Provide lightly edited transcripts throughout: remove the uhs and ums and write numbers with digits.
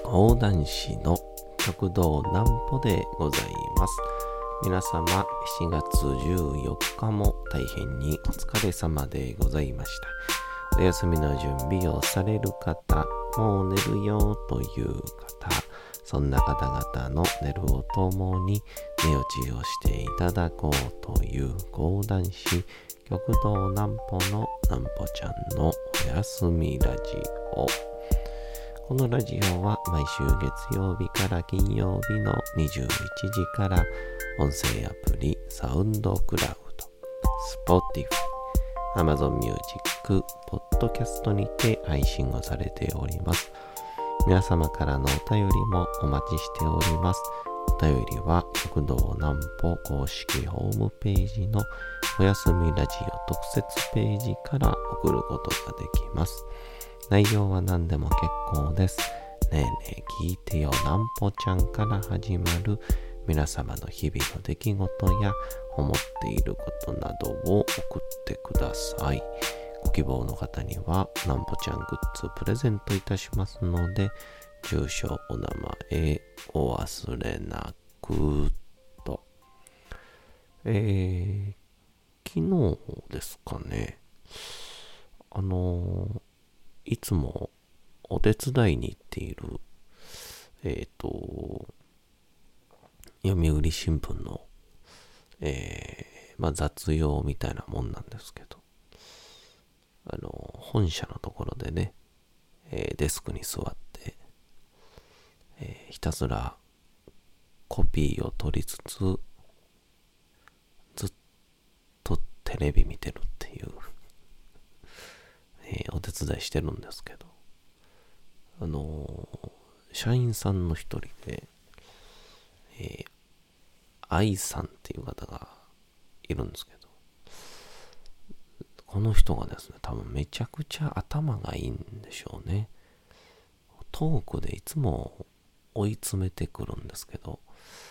講談師の食堂南歩でございます。皆様7月14日も大変にお疲れ様でございました。お休みの準備をされる方、もう寝るよという方、そんな方々の寝るをともに寝落ちをしていただこうという講談師食堂南歩の南歩ちゃんのお休みラジオ。このラジオは毎週月曜日から金曜日の21時から音声アプリサウンドクラウド、Spotify、Amazon Music、Podcast にて配信をされております。皆様からのお便りもお待ちしております。お便りは食堂南歩公式ホームページのおやすみラジオ特設ページから送ることができます。内容は何でも結構です。ねえねえ聞いてよ南歩ちゃんから始まる皆様の日々の出来事や思っていることなどを送ってください。ご希望の方には南歩ちゃんグッズプレゼントいたしますので、住所お名前お忘れなくと。昨日ですかね、いつもお手伝いに行っている読売新聞の雑用みたいなもんなんですけど、本社のところでね、デスクに座って、ひたすらコピーを取りつつずっとテレビ見てるっていうお手伝いしてるんですけど、社員さんの一人で、愛さんっていう方がいるんですけど、この人がですね、多分めちゃくちゃ頭がいいんでしょうね。トークでいつも追い詰めてくるんですけど、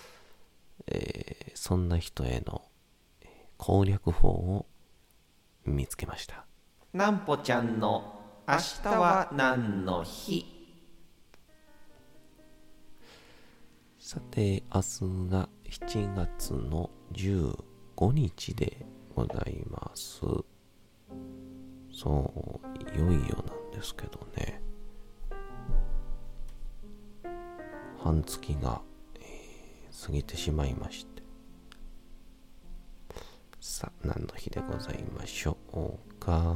そんな人への攻略法を見つけました。 南歩ちゃんの明日は何の日。 さて、明日が7月の15日でございます。そう、いよいよなんですけどね、半月が、過ぎてしまいまして、さあ何の日でございましょうか。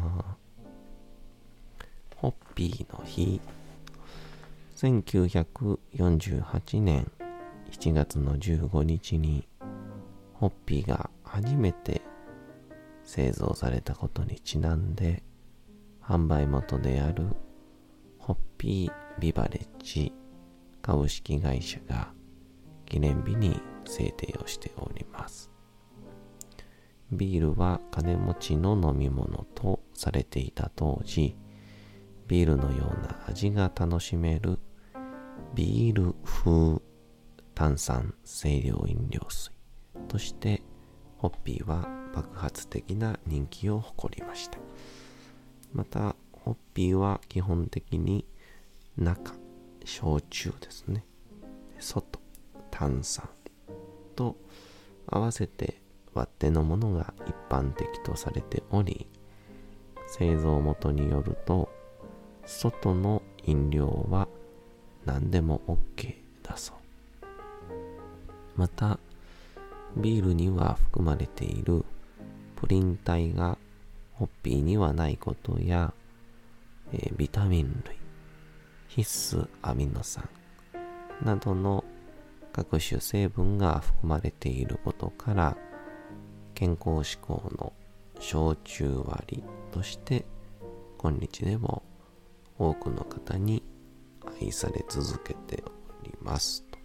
ホッピーの日。1948年7月の15日にホッピーが初めて製造されたことにちなんで、販売元であるホッピービバレッジ株式会社が記念日に制定をしております。ビールは金持ちの飲み物とされていた当時、ビールのような味が楽しめるビール風炭酸清涼飲料水としてホッピーは爆発的な人気を誇りました。またホッピーは基本的に中焼酎ですね、外炭酸と合わせて割って飲むのが一般的とされており、製造元によると外の飲料は何でも OK だそう。またビールには含まれているプリン体がホッピーにはないことや、ビタミン類、必須アミノ酸などの各種成分が含まれていることから、健康志向の焼酎割りとして今日でも多くの方に愛され続けておりますと。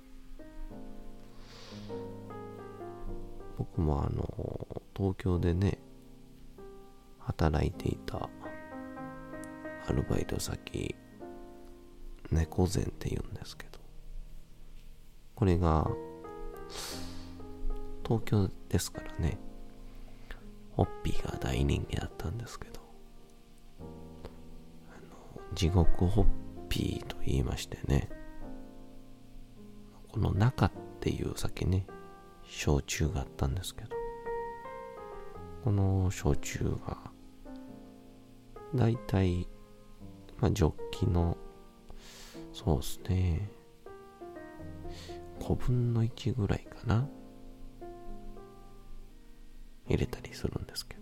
僕も東京でね働いていたアルバイト先、猫膳って言うんですけど、これが東京ですからね、ホッピーが大人気だったんですけど、地獄ホッピーと言いましてね、 この中っていう酒ね、焼酎があったんですけど、この焼酎がだいたいジョッキのそうですね5分の1ぐらいかな入れたりするんですけど、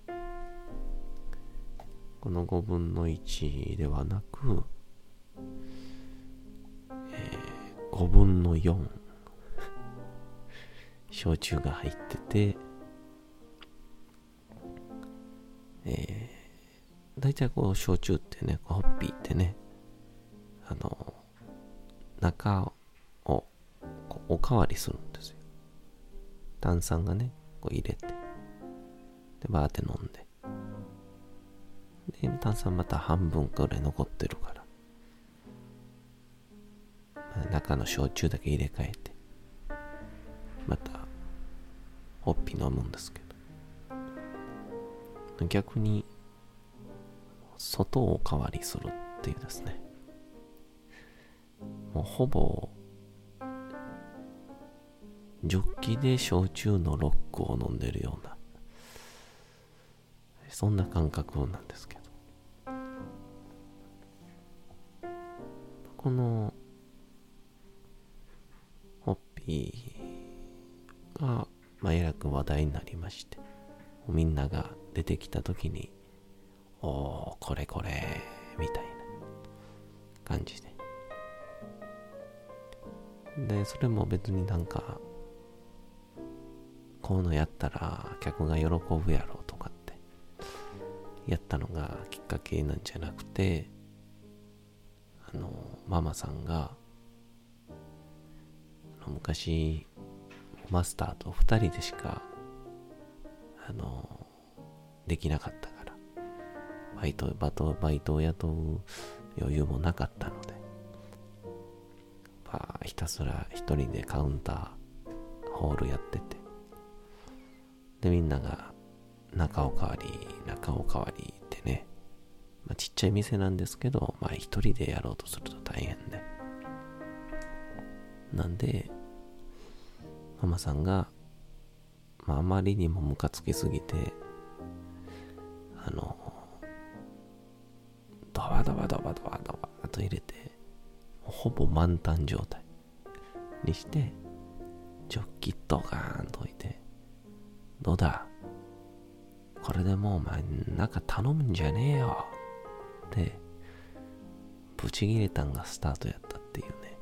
この5分の1ではなく、5分の4焼酎が入ってて、だいたいこう焼酎ってね、ホッピーってね、中をこうおかわりするんですよ。炭酸がねこう入れて、でバーって飲んで、で炭酸また半分くらい残ってるから、中の焼酎だけ入れ替えてまたホッピー飲むんですけど、逆に外をおかわりするっていうですね、もうほぼジョッキで焼酎のロックを飲んでるような、そんな感覚なんですけど、このホッピーがえらく話題になりまして、みんなが出てきた時におーこれこれみたいな感じで、それも別になんかこういうのやったら客が喜ぶやろとかってやったのがきっかけなんじゃなくて、ママさんが昔マスターと2人でしかできなかったから、バイトを雇う余裕もなかったので、ひたすら一人でカウンターホールやってて、でみんなが中おかわりってね、ちっちゃい店なんですけど、一人でやろうとすると大変で、なんでママさんがあまりにもムカつきすぎて、ドバと入れて、ほぼ満タン状態にして、ジョッキドカーンと置いて、どうだこれでもうお前中頼むんじゃねえよってブチギレたんがスタートやったっていうね、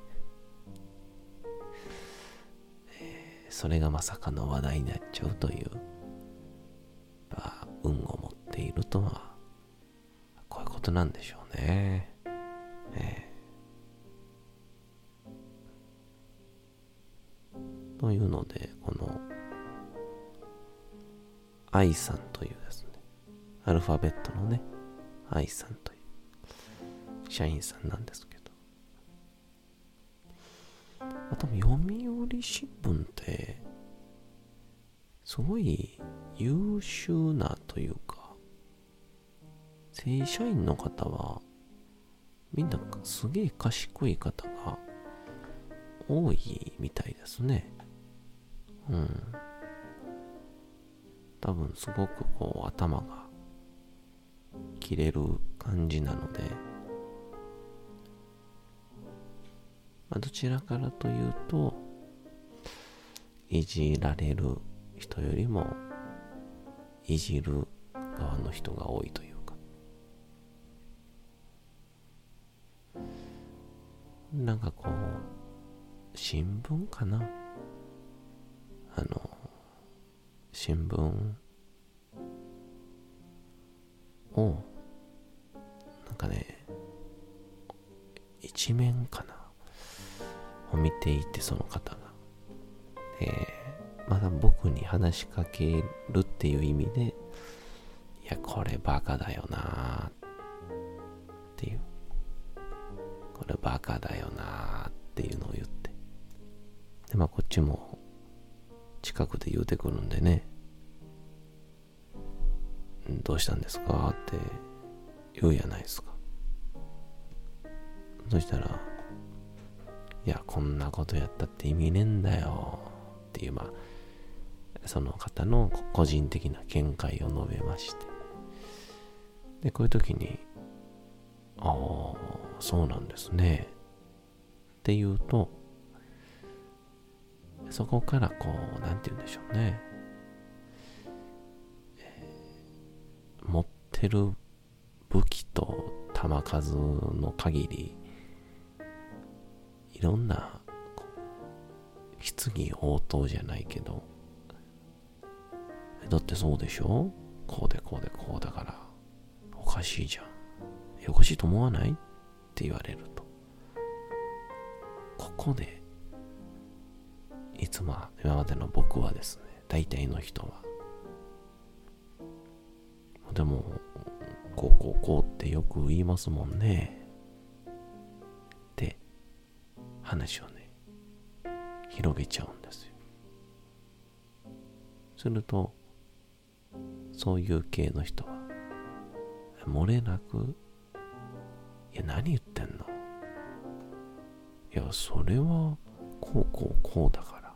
それがまさかの話題になっちゃうという、運を持っているとはこういうことなんでしょうね。というので、この愛さんというですね、アルファベットのね愛さんという社員さんなんですけど、多分読売新聞ってすごい優秀なというか、正社員の方はみんなすげえ賢い方が多いみたいですね。多分すごくこう頭が切れる感じなので、どちらからというと、いじられる人よりもいじる側の人が多いというか、なんかこう新聞かな、新聞をなんかね、一面かなを見ていて、その方がまだ僕に話しかけるっていう意味で、いやこれバカだよなっていう、これバカだよなっていうのを言って、でこっちも近くで言うてくるんでね、どうしたんですかって言うやないですか。そしたら、いいや、こんなことやったって意味ねえんだよっていう、その方の個人的な見解を述べまして、でこういう時にそうなんですねっていうと、そこからなんて言うんでしょうね、持ってる武器と弾数の限り、いろんな質疑応答じゃないけど、だってそうでしょ、こうでこうでこうだからおかしいじゃん、おかしいと思わないって言われると、ここでいつも今までの僕はですね、大体の人はでもこうってよく言いますもんねって話をね広げちゃうんですよ。するとそういう系の人は漏れなく、いや何言ってんの、いやそれはこうだから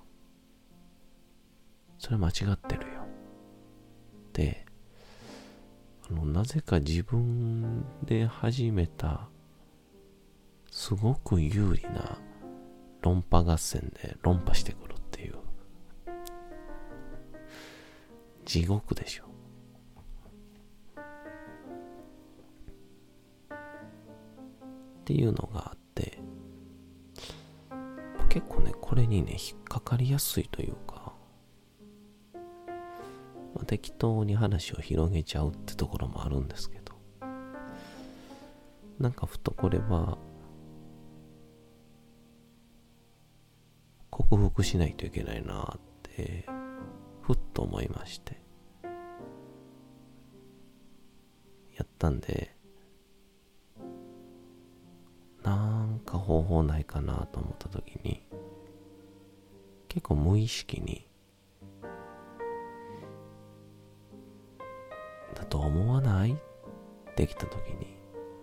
それ間違ってるよってなぜか自分で始めたすごく有利な論破合戦で論破してくるっていう地獄でしょ。っていうのがあって、結構ねこれにね引っかかりやすいというか、適当に話を広げちゃうってところもあるんですけど、なんかふとこれは克服しないといけないなってふっと思いまして、やったんで、なんか方法ないかなと思った時に、結構無意識にだと思わないってきた時に、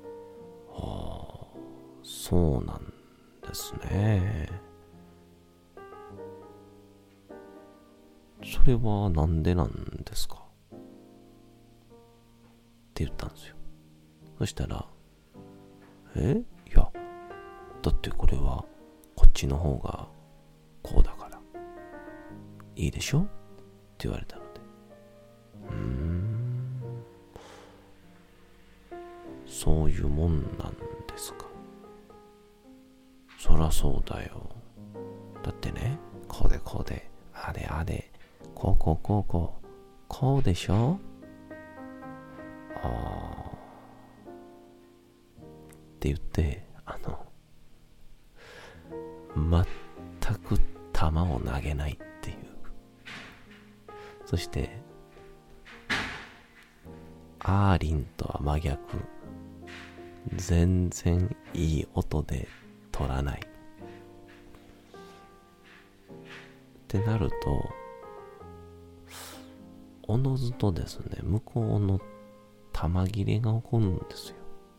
そうなんですね、それはなんでなんですかって言ったんですよ。そしたら、いやだってこれはこっちの方がこうだからいいでしょって言われたので、そういうもんなんですか。そらそうだよ、だってね、こうでこうであれこうでしょ、って言って、全く球を投げないっていう。そしてアーリンとは真逆、全然いい音で取らないってなると、おのずとですね、向こうの弾切れが起こるんですよ。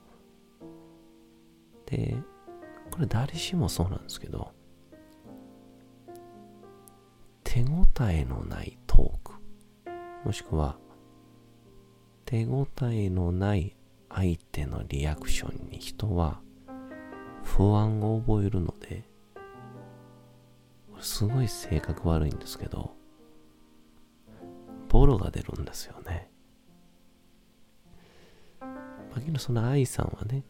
で、これ誰しもそうなんですけど、手応えのないトーク、もしくは手応えのない相手のリアクションに人は不安を覚えるので、すごい性格悪いんですけど、ボロが出るんですよね。けどその愛さんはね、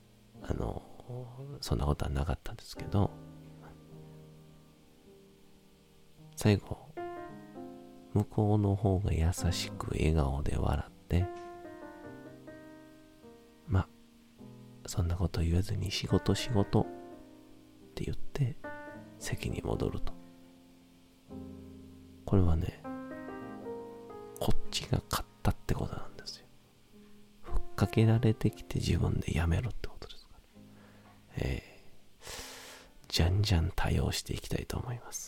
そんなことはなかったんですけど、最後向こうの方が優しく笑顔で笑って、そんなこと言わずに仕事って言って席に戻ると。これはね、こっちが勝ったってことなんですよ。ふっかけられてきて自分でやめろってことですから。じゃんじゃん対応していきたいと思います。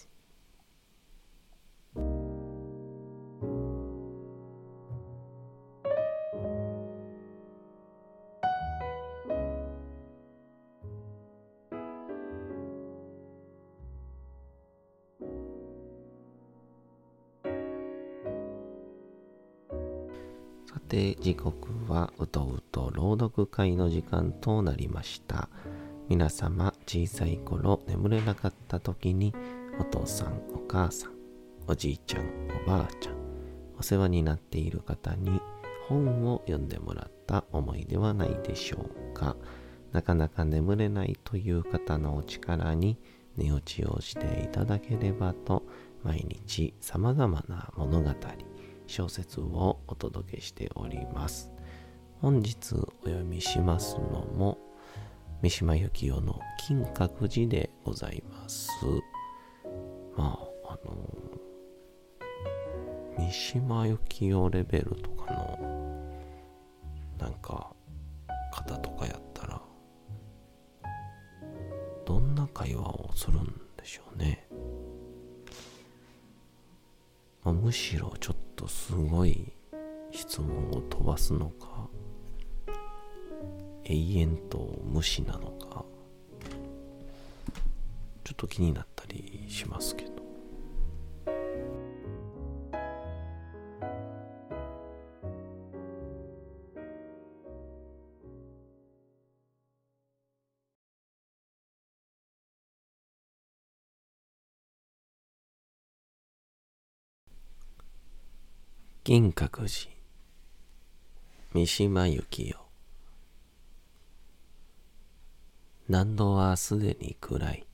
て時刻はうとうと朗読会の時間となりました。皆様、小さい頃眠れなかった時にお父さん、お母さん、おじいちゃん、おばあちゃん、お世話になっている方に本を読んでもらった思いではないでしょうか。なかなか眠れないという方のお力に寝落ちをしていただければと、毎日様々な物語、小説をお届けしております。本日お読みしますのも三島由紀夫の金閣寺でございます。三島由紀夫レベルとかのなんか方とかやったらどんな会話をするんでしょうね。むしろちょっとすごい質問を飛ばすのか、永遠と無視なのか、ちょっと気になったりしますけど。金閣寺、三島由紀夫。南戸はすでに暗い。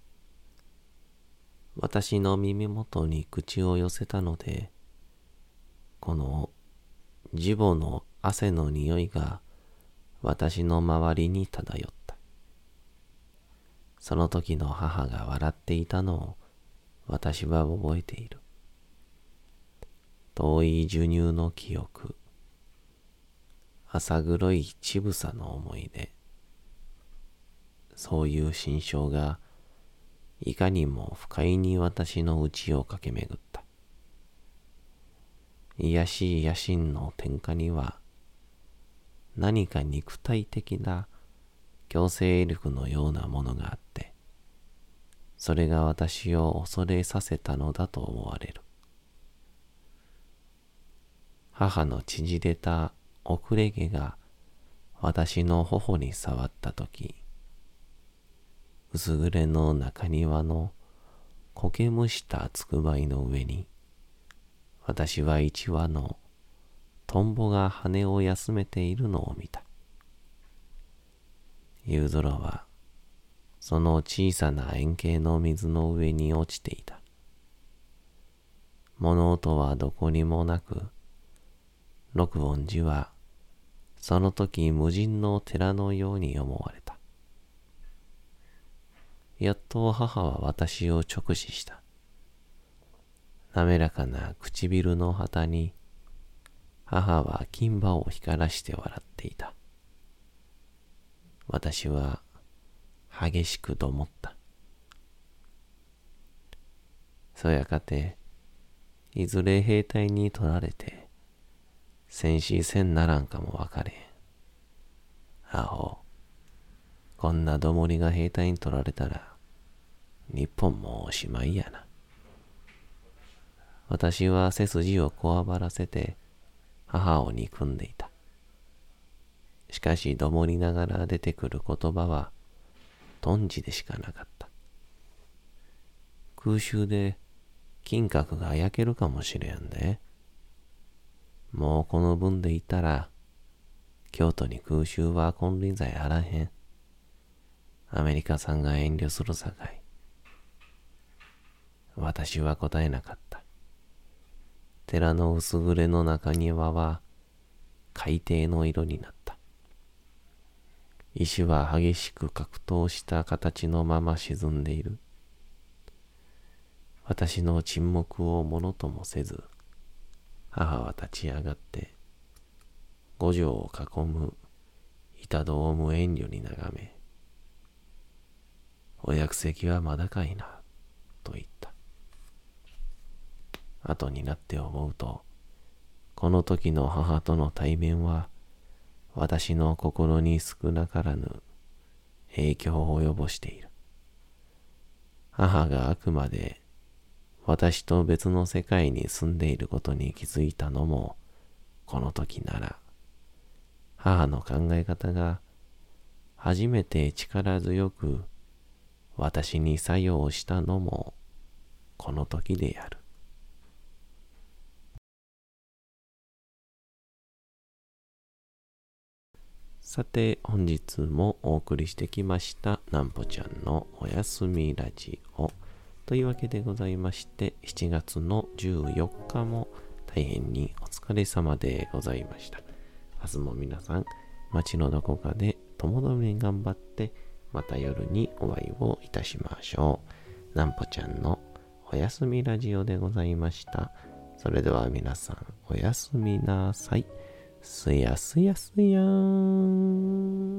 私の耳元に口を寄せたので、このジボの汗の匂いが私の周りに漂った。その時の母が笑っていたのを私は覚えている。遠い授乳の記憶、浅黒い乳房の思い出、そういう心象がいかにも不快に私の内を駆け巡った。卑しい野心の天下には何か肉体的な強制力のようなものがあって、それが私を恐れさせたのだと思われる。母の縮れた遅れ毛が私の頬に触ったとき、薄暮れの中庭の苔むしたつくばいの上に、私は一羽のトンボが羽を休めているのを見た。夕空はその小さな円形の水の上に落ちていた。物音はどこにもなく、六本寺はその時無人の寺のように思われた。やっと母は私を直視した。滑らかな唇の旗に母は金歯を光らして笑っていた。私は激しくどもった。そやかていずれ兵隊に取られて戦死せんならんかもわかれへん。アホ、こんなどもりが兵隊に取られたら日本もおしまいやな。私は背筋をこわばらせて母を憎んでいた。しかしどもりながら出てくる言葉は頓知でしかなかった。空襲で金閣が焼けるかもしれんで。もうこの分でいったら京都に空襲は金輪際あらへん。アメリカさんが遠慮するさかい。私は答えなかった。寺の薄暮れの中庭は海底の色になった。石は激しく格闘した形のまま沈んでいる。私の沈黙をものともせず、母は立ち上がって五条を囲む板戸を無遠慮に眺め、お薬石はまだかいなと言った。後になって思うと、この時の母との対面は私の心に少なからぬ影響を及ぼしている。母があくまで私と別の世界に住んでいることに気づいたのもこの時なら母の考え方が初めて力強く私に作用したのもこの時である。さて本日もお送りしてきましたなんぽちゃんのおやすみラジオというわけでございまして、7月の14日も大変にお疲れ様でございました。明日も皆さん街のどこかでともどめ頑張ってまた夜にお会いをいたしましょう。なんぽちゃんのおやすみラジオでございました。それでは皆さんおやすみなさい。すやすやすやーん。